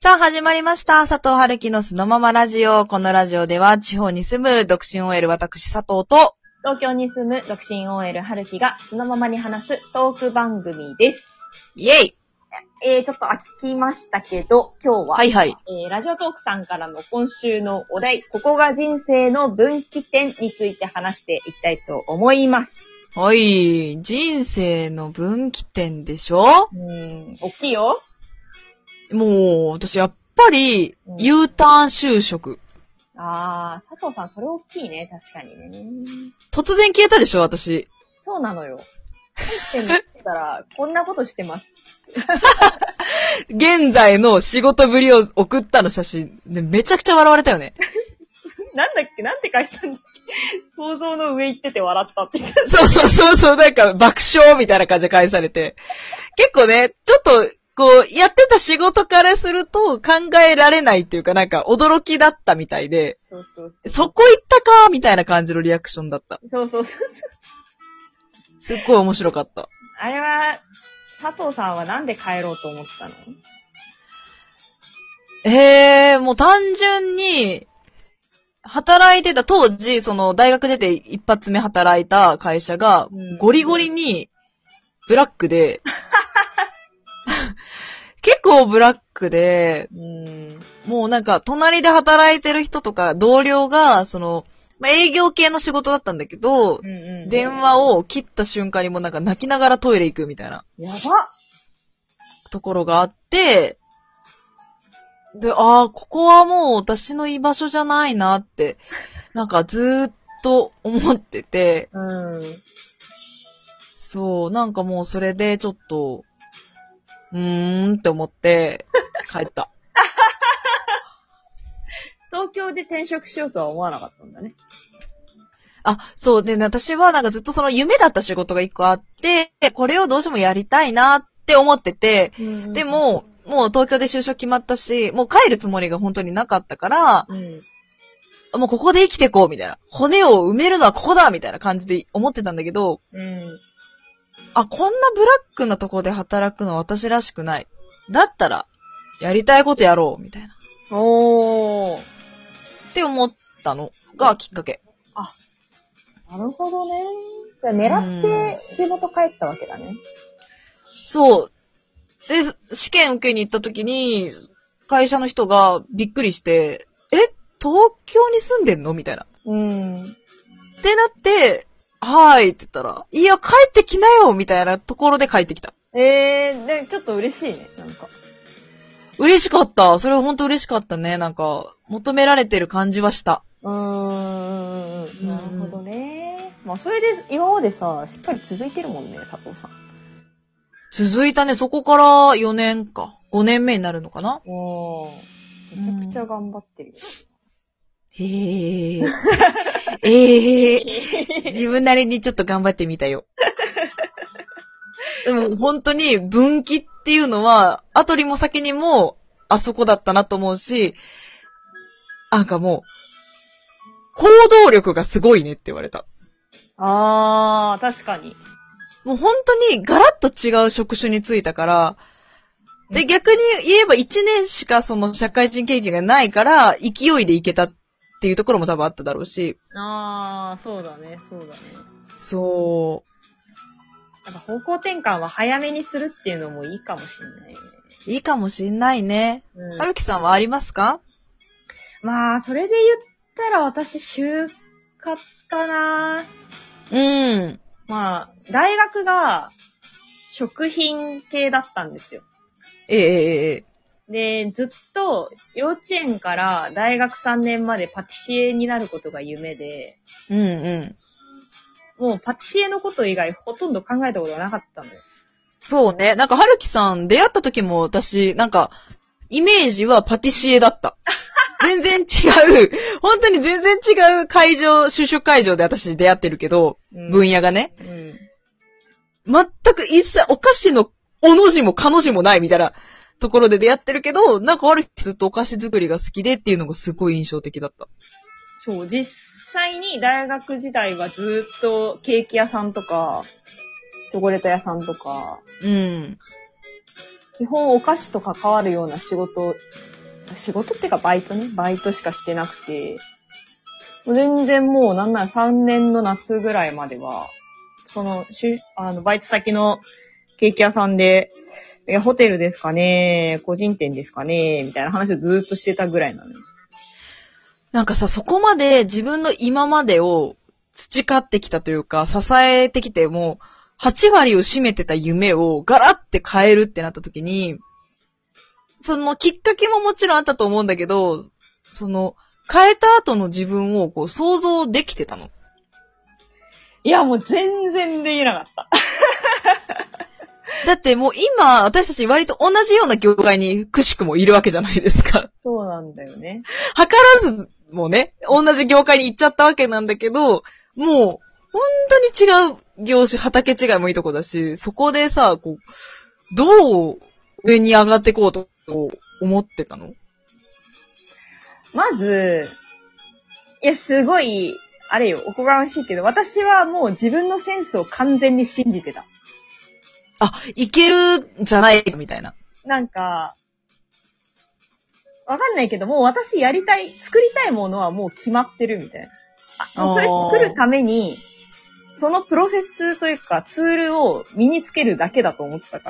さあ始まりました。佐藤春樹のそのままラジオ。このラジオでは地方に住む独身 OL 私佐藤と東京に住む独身 OL 春樹がそのままに話すトーク番組です。 イェイ。 ちょっと飽きましたけど、今日は、 はいはい。 ラジオトークさんからの今週のお題、ここが人生の分岐点について話していきたいと思います。 はい。人生の分岐点でしょ？ 大きいよ。 もう、私やっぱり、U ターン就職。 佐藤さん、それ大きいね、確かにね。 突然消えたでしょ、私。 そうなのよ。入ってみたら、こんなことしてます。 現在の仕事ぶりを送ったの写真でめちゃくちゃ笑われたよね。 なんだっけなんて返したんだっけ想像の上行ってて笑ったって言った。 そう、なんか爆笑みたいな感じで返されて。結構ね、ちょっと、こう、やってた仕事からすると考えられないっていうかなんか驚きだったみたいで。 そう。 そこ行ったかみたいな感じのリアクションだった。 そう。 すっごい面白かった。 あれは、佐藤さんはなんで帰ろうと思ったの？ もう単純に、働いてた当時、その大学出て一発目働いた会社が、ゴリゴリにブラックで、結構ブラックで、もうなんか隣で働いてる人とか同僚が、営業系の仕事だったんだけど、電話を切った瞬間にもうなんか泣きながらトイレ行くみたいな。 やばところがあって、で、ここはもう私の居場所じゃないなって、なんかずーっと思ってて、そう、なんかもうそれでちょっと、って思って帰った。 東京で転職しようとは思わなかったんだね。 そうで、ね、私はなんかずっとその夢だった仕事が一個あって、これをどうしてもやりたいなって思ってて、でも、もう東京で就職決まったし、もう帰るつもりが本当になかったから、もうここで生きていこうみたいな。骨を埋めるのはここだみたいな感じで思ってたんだけど、こんなブラックなとこで働くのは私らしくない。だったら、やりたいことやろうみたいな。って思ったのがきっかけ。 なるほどね。じゃあ狙って地元帰ったわけだね。 そう。で、試験受けに行った時に、会社の人がびっくりして、東京に住んでんのみたいな。ってなって、はーいって言ったら、いや、帰ってきなよみたいなところで帰ってきた。 で、ちょっと嬉しいね、なんか。 嬉しかった。それは本当嬉しかったね。なんか、求められてる感じはした。 なるほどね。まあ、それで今までさ、しっかり続いてるもんね、佐藤さん。 続いたね。そこから4年か。5年目になるのかな？ めちゃくちゃ頑張ってるよ。 自分なりにちょっと頑張ってみたよ。でも本当に分岐っていうのは、後にも先にもあそこだったなと思うし、なんかもう、行動力がすごいねって言われた。 確かに。 もう本当にガラッと違う職種に就いたから、で、逆に言えば1年しかその社会人経験がないから、勢いでいけたっていうところも多分あっただろうし。 そうだね。 そう。 なんか方向転換は早めにするっていうのもいいかもしんないね。 いいかもしんないね。はるきさんはありますか？ まあ、それで言ったら私、就活かな。まあ、大学が食品系だったんですよ。で、ずっと幼稚園から大学3年までパティシエになることが夢で、もうパティシエのこと以外ほとんど考えたことがなかったのよ。 そうね。なんか、はるきさん出会った時も私、なんか、イメージはパティシエだった。全然違う、本当に全然違う就職会場で私出会ってるけど、分野がね。全く一切お菓子のおの字もかの字もないみたいなところで出会ってるけど、なんかある日ずっとお菓子作りが好きでっていうのがすごい印象的だった。 そう、実際に大学時代はずっとケーキ屋さんとか、チョコレート屋さんとか、基本お菓子と関わるような仕事仕事っていうかバイトしかしてなくて、全然もうなんなら3年の夏ぐらいまでは、バイト先のケーキ屋さんで、いや、ホテルですかね、個人店ですかね、みたいな話をずーっとしてたぐらいなのよ。 なんかさ、そこまで自分の今までを培ってきたというか、支えてきてもう、8割を占めてた夢をガラッて変えるってなった時に、そのきっかけももちろんあったと思うんだけど、変えた後の自分をこう想像できてたの。 いや、もう全然できなかった。 だってもう今、私たち割と同じような業界にくしくもいるわけじゃないですか。 そうなんだよね。 図らずもね、同じ業界に行っちゃったわけなんだけど、もう、本当に違う業種、畑違いもいいとこだし、そこでさ、こう、どう上に上がっていこうと思ってたの？ まず、いや、すごい、あれよ、おこがましいけど、私はもう自分のセンスを完全に信じてた。 あ、いけるんじゃないみたいな。 なんか、わかんないけど、もう私作りたいものはもう決まってるみたいな。もうそれ作るために、そのプロセスというかツールを身につけるだけだと思ってたから。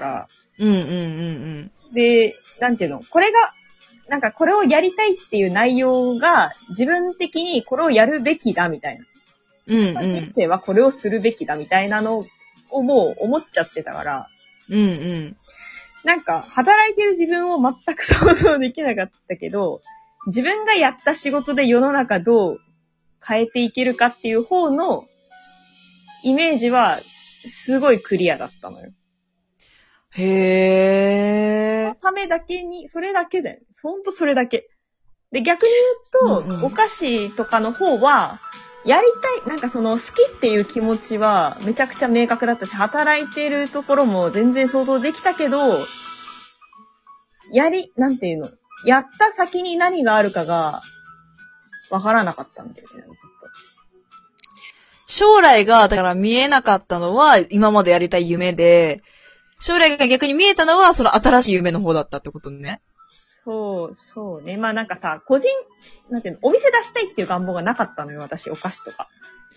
で、なんていうの、これをやりたいっていう内容が自分的にこれをやるべきだみたいな。人生はこれをするべきだみたいなのをもう思っちゃってたから。なんか、働いてる自分を全く想像できなかったけど、自分がやった仕事で世の中どう変えていけるかっていう方のイメージはすごいクリアだったのよ。 へー。 そのためだけに、それだけだよね。ほんとそれだけ。で、逆に言うと、お菓子とかの方は、やりたい、なんか好きっていう気持ちはめちゃくちゃ明確だったし、働いてるところも全然想像できたけど、なんていうの、やった先に何があるかがわからなかったんだよね、ずっと。 将来が、だから見えなかったのは今までやりたい夢で、将来が逆に見えたのはその新しい夢の方だったってことね。 そうね。まあなんかさ、なんていうの、お店出したいっていう願望がなかったのよ、私、お菓子とか。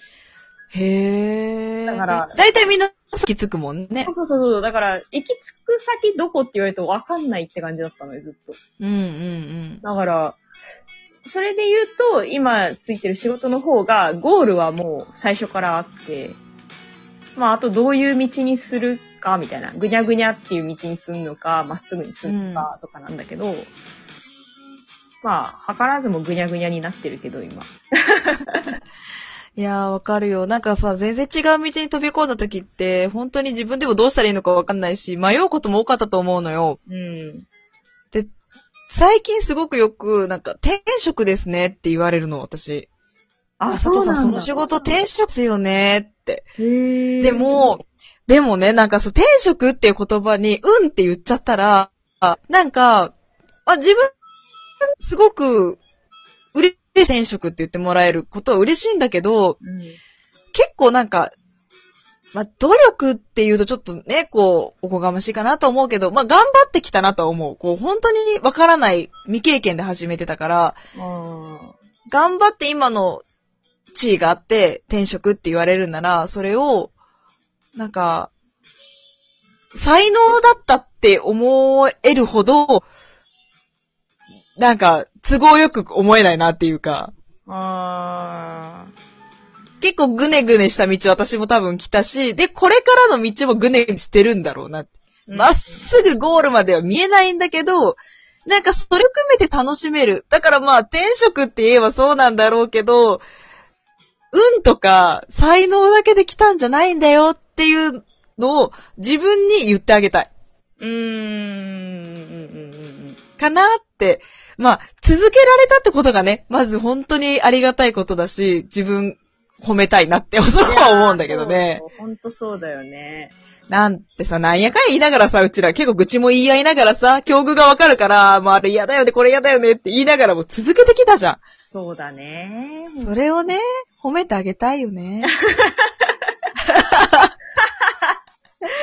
へー。 だから、 だいたいみんな行き着くもんね。 そう。だから、行き着く先どこって言われるとわかんないって感じだったのよ、ずっと。だから、それで言うと、今ついてる仕事の方が、ゴールはもう最初からあって、まあ、あとどういう道にするか、みたいな。ぐにゃぐにゃっていう道にするのか、まっすぐにするのか、とかなんだけど、まあ、図らずもぐにゃぐにゃになってるけど、今。 いやー、わかるよ。なんかさ、全然違う道に飛び込んだ時って、本当に自分でもどうしたらいいのかわかんないし、迷うことも多かったと思うのよ。で、最近すごくよく、なんか、転職ですねって言われるの、私。佐藤さん、その仕事転職ですよねって。でもね、なんか転職っていう言葉に、うんって言っちゃったら、なんか、自分、すごく、嬉しい転職って言ってもらえることは嬉しいんだけど、結構なんか、努力って言うとちょっとね、おこがましいかなと思うけど、頑張ってきたなとは思う。本当にわからない未経験で始めてたから、頑張って今の地位があって転職って言われるなら、それを、なんか、才能だったって思えるほど、なんか、都合よく思えないなっていうか。結構グネグネした道私も多分来たし、で、これからの道もグネグネしてるんだろうなって。まっすぐゴールまでは見えないんだけど、なんかそれを含めて楽しめる。だから転職って言えばそうなんだろうけど、運とか才能だけで来たんじゃないんだよっていうのを自分に言ってあげたい。かなって。続けられたってことがね、まず本当にありがたいことだし、自分褒めたいなってそれは思うんだけどね。 本当そうだよね。 なんてさ、なんやかんや言いながらさ、うちら結構愚痴も言い合いながらさ、境遇がわかるから、あれ嫌だよね、これ嫌だよねって言いながらも続けてきたじゃん。 そうだね。 それをね、褒めてあげたいよね。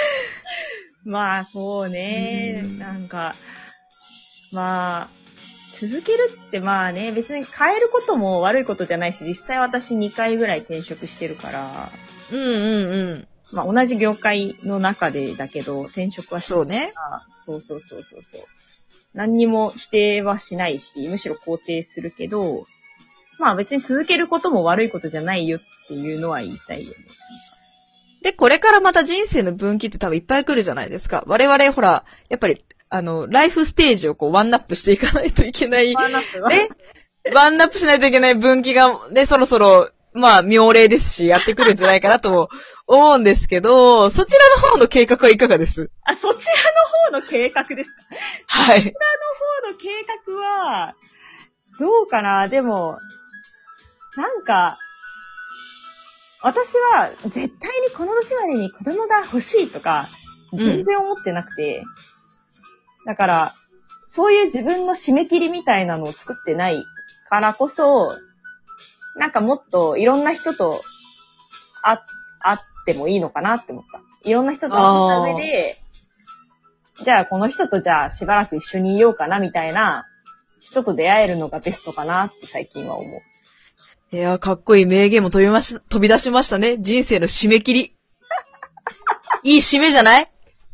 そうね。なんか、 続けるってまあね、別に変えることも悪いことじゃないし、実際私2回ぐらい転職してるから、 うんうんうん。 まあ同じ業界の中でだけど、転職はしてそうね。 そう。何にも否定はしないし、むしろ肯定するけど、まあ別に続けることも悪いことじゃないよっていうのは言いたいよね。 で、これからまた人生の分岐って多分いっぱい来るじゃないですか。我々ほら、やっぱり、ライフステージをこうワンナップしていかないといけない。 ワンナップワンナップしないといけない分岐が、ね、そろそろ、まあ、妙齢ですし、やってくるんじゃないかなと思うんですけど、そちらの方の計画はいかがです？ そちらの方の計画ですか？ はい。 そちらの方の計画は、どうかな？でも、なんか、私は絶対にこの年までに子供が欲しいとか、全然思ってなくて、だから、そういう自分の締め切りみたいなのを作ってないからこそ、なんかもっといろんな人と会ってもいいのかなって思った。いろんな人と会った上で、じゃあこの人とじゃあしばらく一緒にいようかなみたいな人と出会えるのがベストかなって最近は思う。 いやー、かっこいい名言も飛び出しましたね。人生の締め切り。いい締めじゃない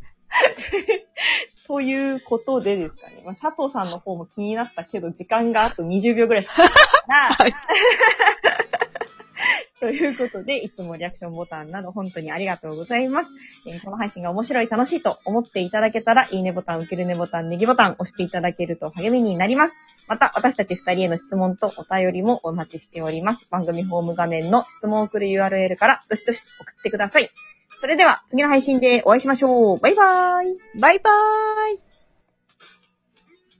ということでですかね。まあ、佐藤さんの方も気になったけど、時間があと20秒ぐらいしかないから。ということで、いつもリアクションボタンなど本当にありがとうございます。この配信が面白い、楽しいと思っていただけたら、いいねボタン、受けるねボタン、ネギボタン押していただけると励みになります。また、私たち二人への質問とお便りもお待ちしております。番組ホーム画面の質問を送る URL からどしどし送ってください。それでは次の配信でお会いしましょう。バイバーイ。 バイバーイ。